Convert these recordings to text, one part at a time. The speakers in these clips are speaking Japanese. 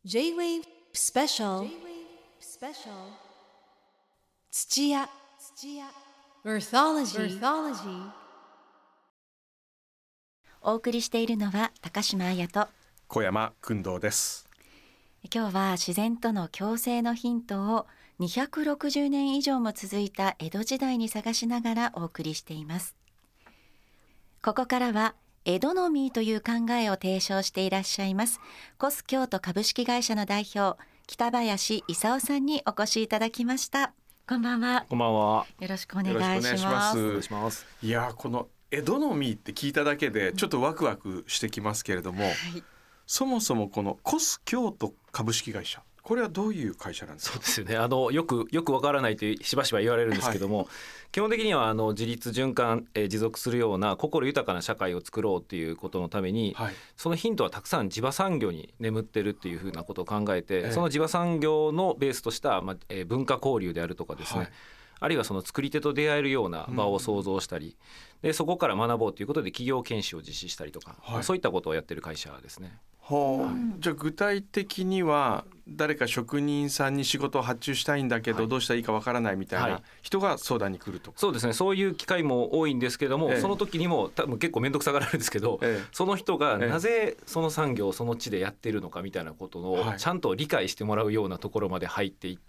J-Wave Special 土屋 Earthology お送りしているのは高島彩と小山君堂です。 今日は自然との共生のヒントを260年以上も続いた江戸時代に探しながらお送りしています。ここからは江戸の民という考えを提唱していらっしゃいますコス京都株式会社の代表北林勲さんにお越しいただきました。こんばんは。 こんばんは。 よろしくお願いします。 お願いします。いやこの江戸の民って聞いただけでちょっとワクワクしてきますけれども、そもそもこのコス京都株式会社、これはどういう会社なんですか？ そうですよね。よくわからないとしばしば言われるんですけども、基本的には自立循環、持続するような心豊かな社会を作ろうっていうことのために、そのヒントはたくさん地場産業に眠ってるっていうふうなことを考えて、その地場産業のベースとした、文化交流であるとかですね、あるいはその作り手と出会えるような場を創造したり、でそこから学ぼうということで企業研修を実施したりとか、そういったことをやってる会社ですね。 じゃあ具体的には誰か職人さんに仕事を発注したいんだけど、どうしたらいいかわからないみたいな人が相談に来るとか、 そうですね、そういう機会も多いんですけども、その時にも多分結構面倒くさがられるんですけど、その人がなぜその産業をその地でやってるのかみたいなことをちゃんと理解してもらうようなところまで入っていって、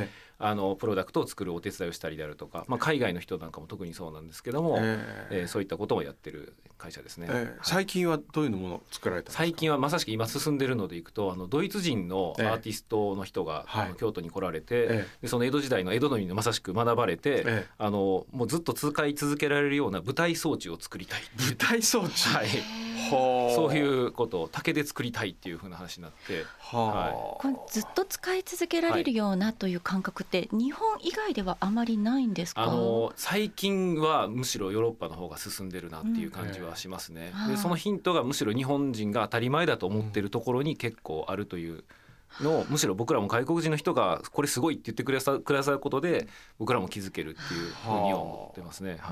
プロダクトを作るお手伝いをしたりであるとか、海外の人なんかも特にそうなんですけども、そういったことをやってる会社ですね。 最近はどういうものを作られたんですか？ 最近はまさしく今進んでるのでいくと、ドイツ人のアーティストの人が、京都に来られて、でその江戸時代の江戸の民のまさしく学ばれて、もうずっと使い続けられるような舞台装置を作りたい。 舞台装置、 そういうことを竹で作りたいっていう風な話になって、 これずっと使い続けられるようなという感覚って日本以外ではあまりないんですか？ 最近はむしろヨーロッパの方が進んでるなっていう感じはしますね。でそのヒントがむしろ日本人が当たり前だと思ってるところに結構あるというのを、むしろ僕らも外国人の人がこれすごいって言ってくださることで僕らも気づけるっていうふうには思ってますね。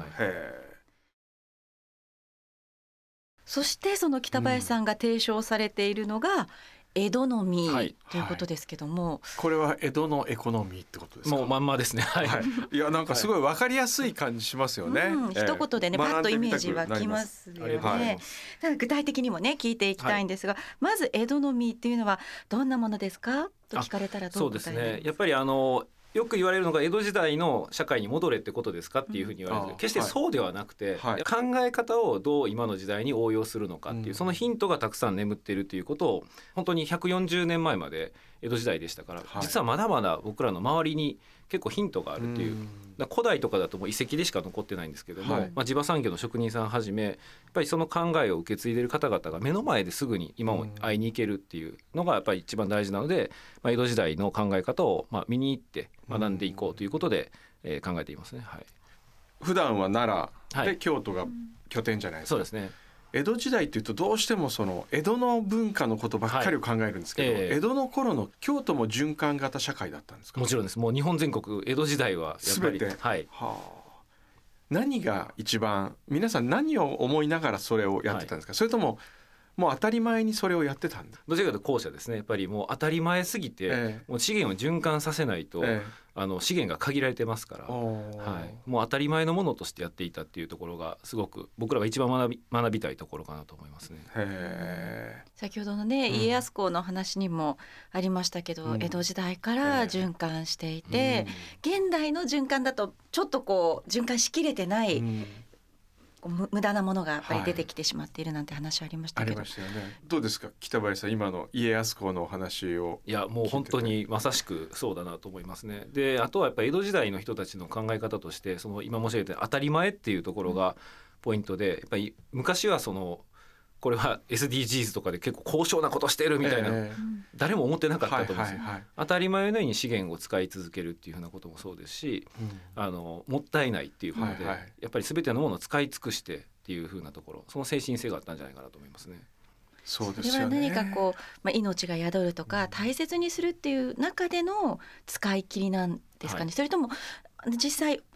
そしてその北林さんが提唱されているのが江戸の民ということですけども、 これは江戸のエコノミーってことですか？ もうまんまですね。 いやなんかすごい分かりやすい感じしますよね。 一言でねパッとイメージ湧きますよね。具体的にもね聞いていきたいんですが、まず江戸の民っていうのはどんなものですかと聞かれたらどう答えますか？ そうですね、やっぱりよく言われるのが江戸時代の社会に戻れってことですかっていうふうに言われるんですけど、決してそうではなくて、考え方をどう今の時代に応用するのかっていう、そのヒントがたくさん眠っているということを、本当に140年前まで江戸時代でしたから、実はまだまだ僕らの周りに結構ヒントがあるっていう、古代とかだともう遺跡でしか残ってないんですけども、地場産業の職人さんはじめやっぱりその考えを受け継いでいる方々が目の前ですぐに今も会いに行けるっていうのがやっぱり一番大事なので、江戸時代の考え方を見に行って学んでいこうということで考えていますね。 普段は奈良で京都が拠点じゃないですか。 そうですね。 江戸時代っていうとどうしてもその江戸の文化のことばっかりを考えるんですけど、江戸の頃の京都も循環型社会だったんですか？ もちろんです。もう日本全国江戸時代はやっぱり全て、何が一番皆さん何を思いながらそれをやってたんですか？それとももう当たり前にそれをやってたんだ？ どちらかというと後者ですね。やっぱりもう当たり前すぎて、もう資源を循環させないと、資源が限られてますから、もう当たり前のものとしてやっていたっていうところがすごく僕らが一番学びたいところかなと思いますね。 先ほどのね、家康公の話にもありましたけど、江戸時代から循環していて、現代の循環だとちょっとこう循環しきれてない、無駄なものがやっぱり出てきてしまっているなんて話ありましたけど、 ありましたよね。どうですか北林さん、今の家康公のお話を。 いやもう本当にまさしくそうだなと思いますね。であとはやっぱり江戸時代の人たちの考え方として、その今申し上げた当たり前っていうところがポイントで、やっぱり昔はこれは SDGs とかで結構高尚なことしてるみたいな、誰も思ってなかったと思うんですよ。当たり前のように資源を使い続けるっていうふうなこともそうですし、もったいないっていうことで、やっぱり全てのものを使い尽くしてっていうふうなところ、その精神性があったんじゃないかなと思いますね。 そうですよね。 それは何かこう、命が宿るとか大切にするっていう中での使い切りなんですかね。それとも実際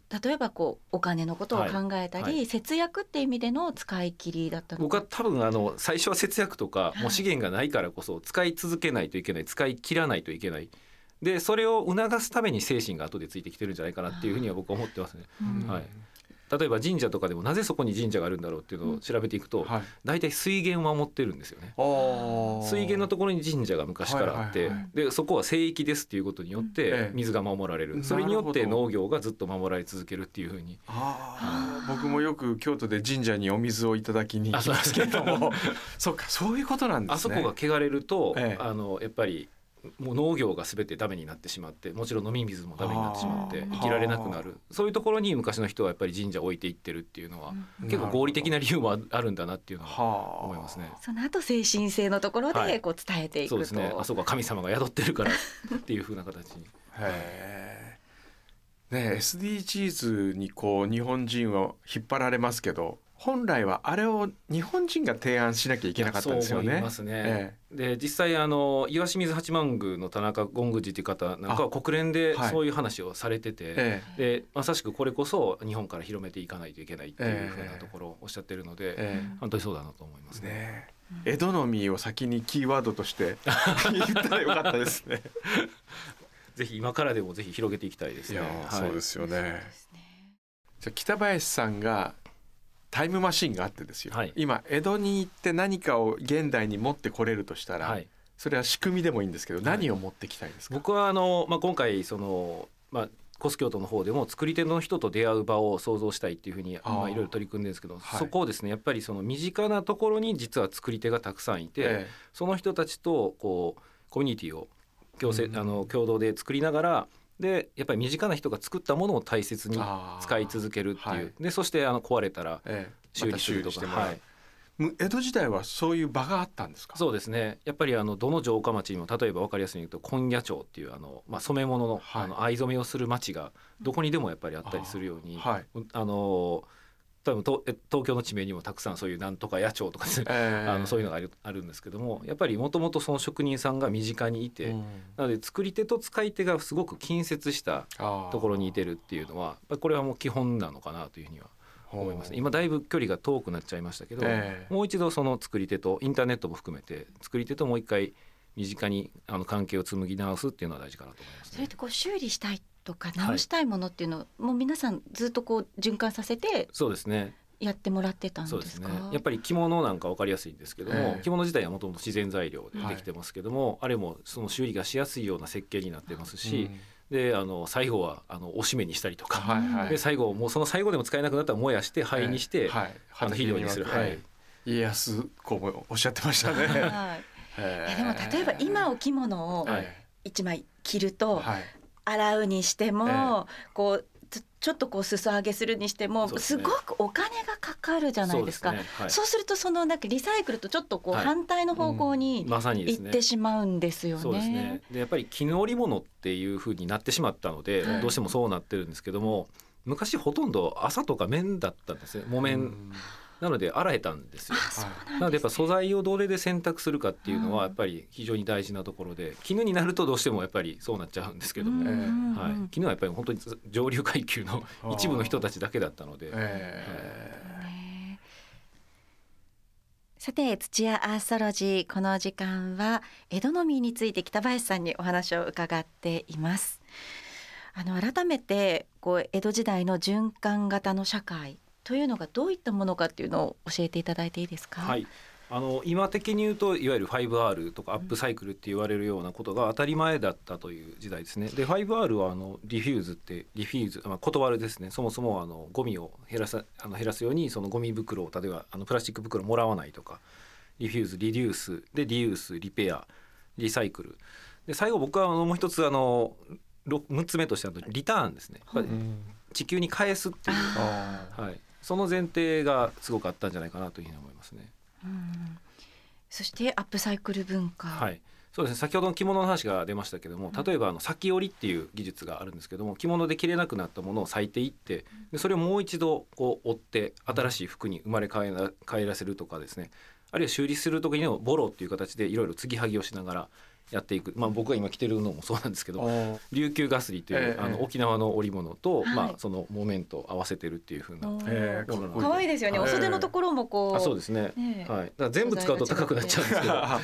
例えばこうお金のことを考えたり、 はい節約って意味での使い切りだったのか。 僕は多分最初は節約とか、もう資源がないからこそ使い続けないといけない、使い切らないといけない、でそれを促すために精神が後でついてきてるんじゃないかなっていうふうには僕は思ってますね。はい、例えば神社とかでもなぜそこに神社があるんだろうっていうのを調べていくと、 はい、 大体水源を守ってるんですよね。水源のところに神社が昔からあって、 はいはいはい、 でそこは聖域ですっていうことによって水が守られる、それによって農業がずっと守られ続けるっていうふうに。 僕もよく京都で神社にお水をいただきに行きますけどもそうか、そういうことなんですね。 あそこが汚れると、やっぱりもう農業が全てダメになってしまって、もちろん飲み水もダメになってしまって生きられなくなる、そういうところに昔の人はやっぱり神社を置いていってるっていうのは、結構合理的な理由もあるんだなっていうのは思いますね。 その後精神性のところでこう伝えていくと、 そうですね、あそこは神様が宿ってるからっていう風な形にね、SDGs にこう日本人を引っ張られますけど、本来はあれを日本人が提案しなきゃいけなかったんですよね。 そう思いますね。で実際岩清水八幡宮の田中権宮寺という方なんかは国連でそういう話をされてて、でまさしくこれこそ日本から広めていかないといけないっていうふうなところをおっしゃってるので、本当にそうだなと思いますね。 江戸の実を先にキーワードとして言ったらよかったですねぜひ今からでもぜひ広げていきたいですね。 そうですよね。じゃあ北林さんがタイムマシンがあってですよ、今江戸に行って何かを現代に持ってこれるとしたら、それは仕組みでもいいんですけど、何を持ってきたいですか？ 僕は今回コス京都の方でも作り手の人と出会う場を創造したいっていうふうにいろいろ取り組んでるんですけど、そこをですねやっぱりその身近なところに実は作り手がたくさんいて、その人たちとこうコミュニティを共同で作りながら、でやっぱり身近な人が作ったものを大切に使い続けるっていう、でそして壊れたら修理するとか、 江戸時代はそういう場があったんですか？ そうですね、やっぱりどの城下町にも例えば分かりやすいように言うと今夜町っていう染め物の、藍染めをする町がどこにでもやっぱりあったりするように、多分東京の地名にもたくさんそういうなんとか野鳥とかですね、そういうのがあるんですけども、やっぱりもともとその職人さんが身近にいて、なので作り手と使い手がすごく近接したところにいてるっていうのはこれはもう基本なのかなというふうには思いますね。今だいぶ距離が遠くなっちゃいましたけど、もう一度その作り手とインターネットも含めて作り手ともう一回身近に関係を紡ぎ直すっていうのは大事かなと思いますね。 それってこう修理したいとか直したいものっていうのを、もう皆さんずっとこう循環させてそうですねやってもらってたんですか？ そうですね、やっぱり着物なんか分かりやすいんですけども、着物自体はもともと自然材料でできてますけども、あれもその修理がしやすいような設計になってますし、で最後はおしめにしたりとか、で最後もうその最後でも使えなくなったら燃やして灰にして、肥料にする、 家康公もおっしゃってましたね。 でも例えば今お着物を一枚着ると、洗うにしても、こうちょっとこう裾上げするにしてもすごくお金がかかるじゃないですか。そうするとそのなんかリサイクルとちょっとこう反対の方向に行ってしまうんですよね。 そうですね。でやっぱり絹織物っていう風になってしまったので、どうしてもそうなってるんですけども、昔ほとんど麻とか綿だったんですね。木綿なので洗えたんですよ。なのでやっぱ素材をどれで選択するかっていうのはやっぱり非常に大事なところで、絹になるとどうしてもやっぱりそうなっちゃうんですけども、絹はやっぱり本当に上流階級の一部の人たちだけだったので、 さて土屋アーソロジー、この時間は江戸の実について北林さんにお話を伺っています。改めてこう江戸時代の循環型の社会というのがどういったものかっていうのを教えていただいていいですか？ 今的に言うといわゆる 5R とかアップサイクルって言われるようなことが当たり前だったという時代ですね。で 5R はリフューズ、断るですね。そもそもゴミを減らすようにそのゴミ袋を例えばプラスチック袋もらわないとか、リフューズ、リデュースでリユース、リペア、リサイクルで、最後僕はもう一つ6つ目としてリターンですね。地球に返すっていう、その前提がすごくあったんじゃないかなというふうに思いますね。 そしてアップサイクル文化、 そうですね。先ほどの着物の話が出ましたけども、例えば裂き織りっていう技術があるんですけども、着物で着れなくなったものを裂いていって、でそれをもう一度こう折って新しい服に生まれ変えらせるとかですね、あるいは修理する時のボロっていう形でいろいろ継ぎはぎをしながらやっていく、僕が今着てるのもそうなんですけど、琉球ガスリという、沖縄の織物と、その木綿と合わせてるっていう風な、 可愛いですよね。お袖のところもこう、 そうですね、はい、だから全部使うと高くなっちゃうんですけど、はい、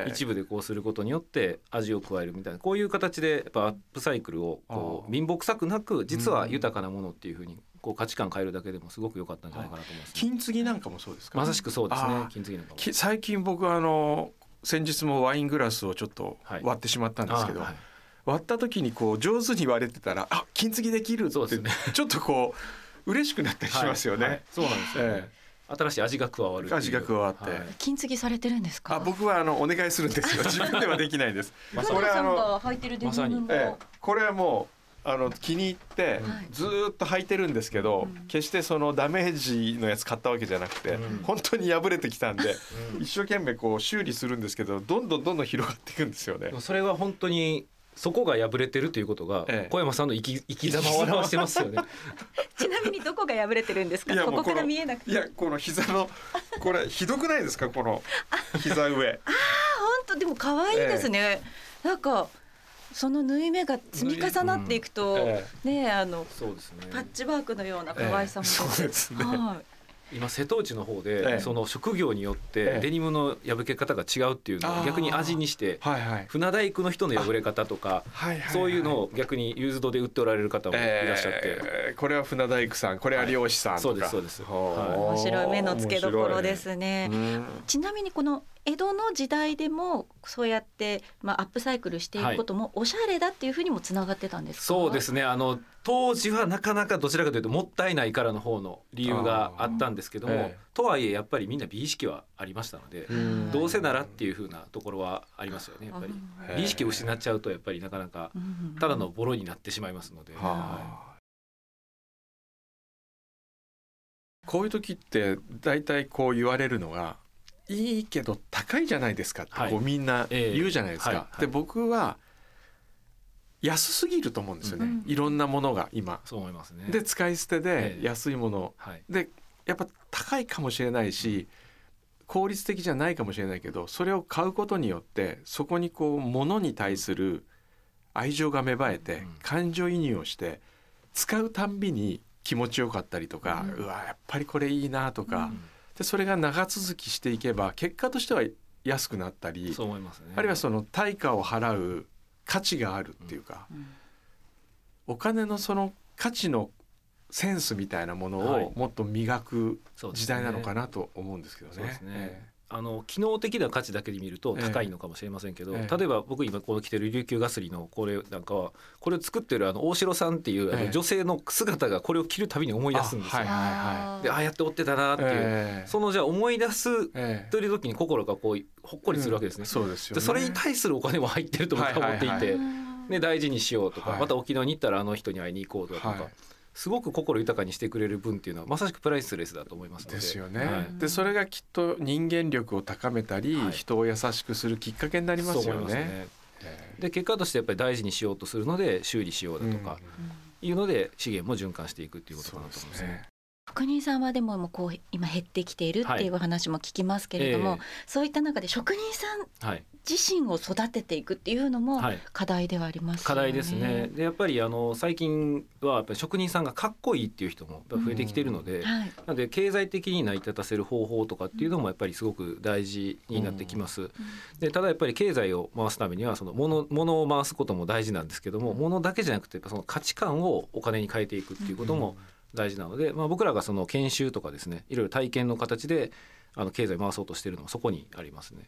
一部でこうすることによって味を加えるみたいな、こういう形でやっぱアップサイクルをこう貧乏臭くなく実は豊かなものっていう風にこう価値観変えるだけでもすごく良かったんじゃないかなと思います、ね。 金継ぎなんかもそうですか。 まさしくそうですね。金継ぎなんかも最近僕は先日もワイングラスをちょっと割ってしまったんですけど、割った時にこう上手に割れてたら金継ぎできるって、ちょっとこう嬉しくなったりしますよね。 そうなんですよね。新しい味が加わる。 味が加わって、 金継ぎされてるんですか。 僕はお願いするんですよ。自分ではできないです。 これさんが履いてるデニムも、 これはもう気に入ってずっと履いてるんですけど、決してそのダメージのやつ買ったわけじゃなくて、本当に破れてきたんで、一生懸命こう修理するんですけど、どんどん広がっていくんですよね。 それは本当にそこが破れてるということが小山さんの生き様を表してますよね。 ちなみにどこが破れてるんですか。ここから見えなくて。 いや、この膝のこれひどくないですか、この膝上。 本当でも可愛いですね。なんかその縫い目が積み重なっていくと、ね、 そうですね、 パッチワークのような可愛さも、 そうですね、 今瀬戸内の方で、その職業によってデニムの破け方が違うっていうのを逆に味にして、船大工の人の破れ方とか、そういうのを逆にユーズドで売っておられる方もいらっしゃって、 これは船大工さん、これは漁師さんとか、 そうです。 面白い目の付けどころですね。ちなみにこの江戸の時代でもそうやって、アップサイクルしていくこともおしゃれだっていうふうにもつながってたんですか。 そうですね、当時はなかなかどちらかというともったいないからの方の理由があったんですけども、とはいえやっぱりみんな美意識はありましたので、どうせならっていうふうなところはありますよね。やっぱり美意識を失っちゃうとやっぱりなかなかただのボロになってしまいますので、 こういう時って大体こう言われるのが、いいけど高いじゃないですかってこうみんな言うじゃないですか。で、僕は安すぎると思うんですよね、いろんなものが今。 そう思いますね。 で、使い捨てで安いもの、でやっぱ高いかもしれないし、効率的じゃないかもしれないけど、それを買うことによってそこにこう物に対する愛情が芽生えて、感情移入をして使うたんびに気持ちよかったりとか、うわやっぱりこれいいなとか、でそれが長続きしていけば結果としては安くなったり、 そう思いますね、 あるいはその対価を払う価値があるっていうか、お金のその価値のセンスみたいなものをもっと磨く時代なのかなと思うんですけどね。 そうですね、機能的な価値だけで見ると高いのかもしれませんけど、例えば僕今この着てる琉球ガスリのこれなんかは、これを作ってる大城さんっていう女性の姿がこれを着るたびに思い出すんですよ。で、やっておってたなっていう、そのじゃあ思い出すという時に心がこうほっこりするわけですね。 そうですよね。 それに対するお金も入ってると僕は思っていて、で大事にしようとか、また沖縄に行ったらあの人に会いに行こうとか、すごく心豊かにしてくれる分っていうのはまさしくプライスレスだと思いますので。 ですよね、でそれがきっと人間力を高めたり、人を優しくするきっかけになりますよね。 で結果としてやっぱり大事にしようとするので修理しようだとかいうので資源も循環していくっていうことかなと思いますね。 職人さんはでもこう今減ってきているっていう話も聞きますけれども、そういった中で職人さん自身を育てていくっていうのも課題ではありますよね。 課題ですね。でやっぱり最近はやっぱり職人さんがかっこいいっていう人も増えてきているので、なので経済的に成り立たせる方法とかっていうのもやっぱりすごく大事になってきます。でただやっぱり経済を回すためにはその物を回すことも大事なんですけども、物だけじゃなくてやっぱその価値観をお金に変えていくっていうことも大事なので、僕らがその研修とかですね、いろいろ体験の形で経済を回そうとしているのはそこにありますね。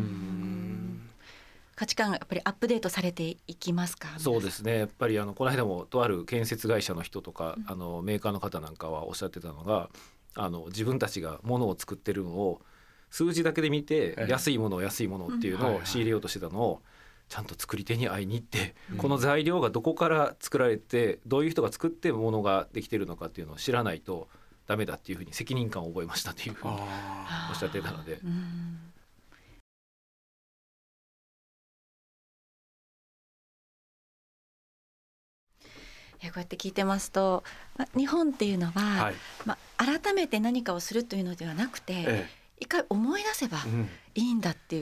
価値観がやっぱりアップデートされていきますか。 そうですね、やっぱりこの間もとある建設会社の人とかメーカーの方なんかはおっしゃってたのが、自分たちが物を作ってるのを数字だけで見て安いものっていうのを仕入れようとしてたのをちゃんと作り手に会いに行って、この材料がどこから作られてどういう人が作ってものができてるのかっていうのを知らないとダメだっていうふうに責任感を覚えましたっていうふうにおっしゃってたので、 こうやって聞いてますと、日本っていうのは、改めて何かをするというのではなくて、一回思い出せばいいんだっていう、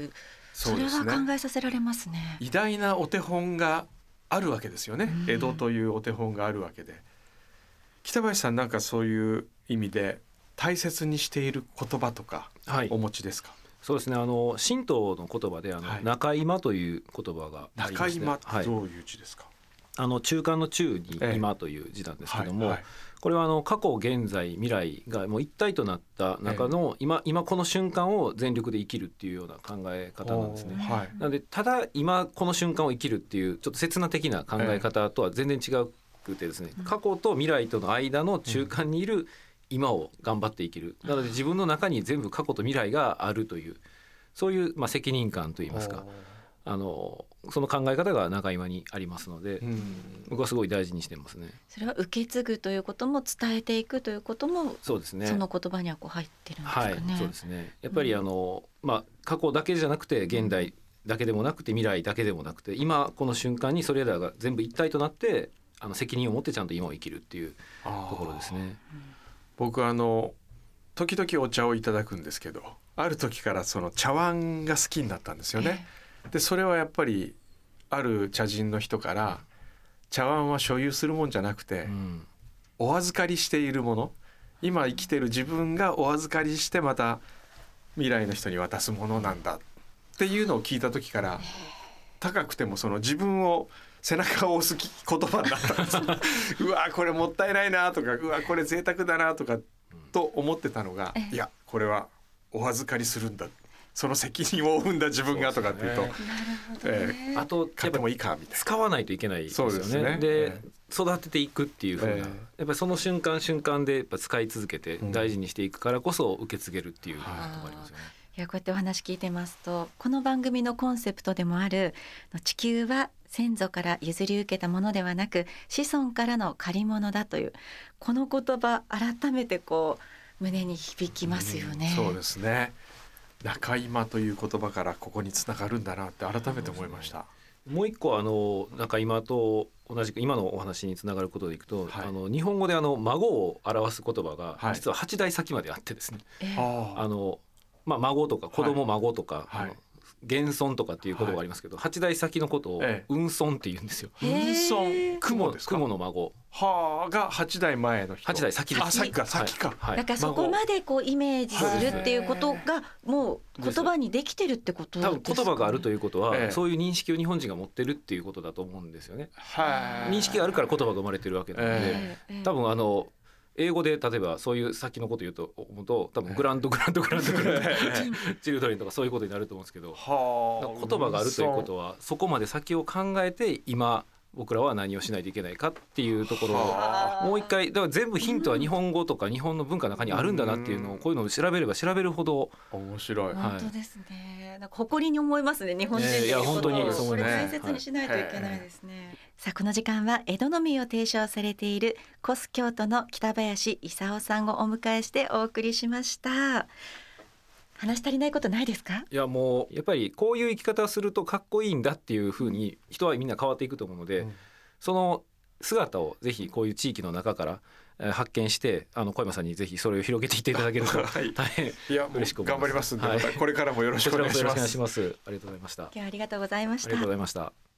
それは考えさせられますね。 偉大なお手本があるわけですよね。江戸というお手本があるわけで、北林さんなんかそういう意味で大切にしている言葉とかお持ちですか？ そうですね、神道の言葉で中今という言葉がありまして、 中今ってどういう字ですか？ 中間の中に今という字なんですけども、これは過去現在未来がもう一体となった中の今この瞬間を全力で生きるっていうような考え方なんですね。なのでただ今この瞬間を生きるっていうちょっと刹那的な考え方とは全然違くてですね、過去と未来との間の中間にいる今を頑張って生きる。なので自分の中に全部過去と未来があるという、そういう責任感といいますか、その考え方が中今にありますので、僕はすごい大事にしてますね。 それは受け継ぐということも伝えていくということも、 そうですね、 その言葉には入ってるんですかね。 そうですね。やっぱり過去だけじゃなくて現代だけでもなくて未来だけでもなくて、今この瞬間にそれらが全部一体となって責任を持ってちゃんと今を生きるっていうところですね。 僕時々お茶をいただくんですけど、ある時からその茶碗が好きになったんですよね。でそれはやっぱりある茶人の人から、茶碗は所有するもんじゃなくて、お預かりしているもの、今生きてる自分がお預かりしてまた未来の人に渡すものなんだっていうのを聞いた時から、高くてもその自分を背中を押す言葉になったんですうわこれもったいないなとか、うわこれ贅沢だなとかと思ってたのが、いやこれはお預かりするんだ、その責任を負うんだ自分がとかっていうと、 あと買ってもいいかみたいな、 使わないといけないですよね。 そうですね。 で育てていくっていう風な、やっぱりその瞬間瞬間でやっぱ使い続けて大事にしていくからこそ受け継げるっていうところがありますよね。 いやこうやってお話聞いてますと、この番組のコンセプトでもある地球は先祖から譲り受けたものではなく子孫からの借り物だというこの言葉、改めて胸に響きますよね。 そうですね。中今という言葉からここにつながるんだなって改めて思いました。 もう一個中今と同じく今のお話につながることでいくと、日本語で孫を表す言葉が実は8代先まであってですね、孫とか子供、孫とか、現孫とかっていう言葉がありますけど、8代先のことを運孫って言うんですよ。 運孫、雲ですか？ 雲の孫が8代前の人。8 代先です。 先か。 だからそこまでイメージするっていうことがもう言葉にできてるってことですかね。 多分言葉があるということは、そういう認識を日本人が持ってるっていうことだと思うんですよね。認識があるから言葉が生まれてるわけなので、多分英語で例えばそういう先のこと言うと思うと、多分グランドチルドレンとかそういうことになると思うんですけど、言葉があるということはそこまで先を考えて今僕らは何をしないといけないかっていうところをもう一回、だから全部ヒントは日本語とか日本の文化の中にあるんだなっていうのを、こういうのを調べれば調べるほど面白い。 本当ですね。なんか誇りに思いますね、日本人に。 いや本当にそうこれ大切にしないといけないですね。さあこの時間は江戸のみを提唱されているコス京都の北林勲さんをお迎えしてお送りしました。話し足りないことないですか？ いやもうやっぱりこういう生き方をするとかっこいいんだっていう風に人はみんな変わっていくと思うので、その姿をぜひこういう地域の中から発見して、小山さんにぜひそれを広げていっていただけると大変嬉しく思います。 頑張りますんで、またこれからもよろしくお願いします。 ありがとうございました。 今日はありがとうございました。 ありがとうございました。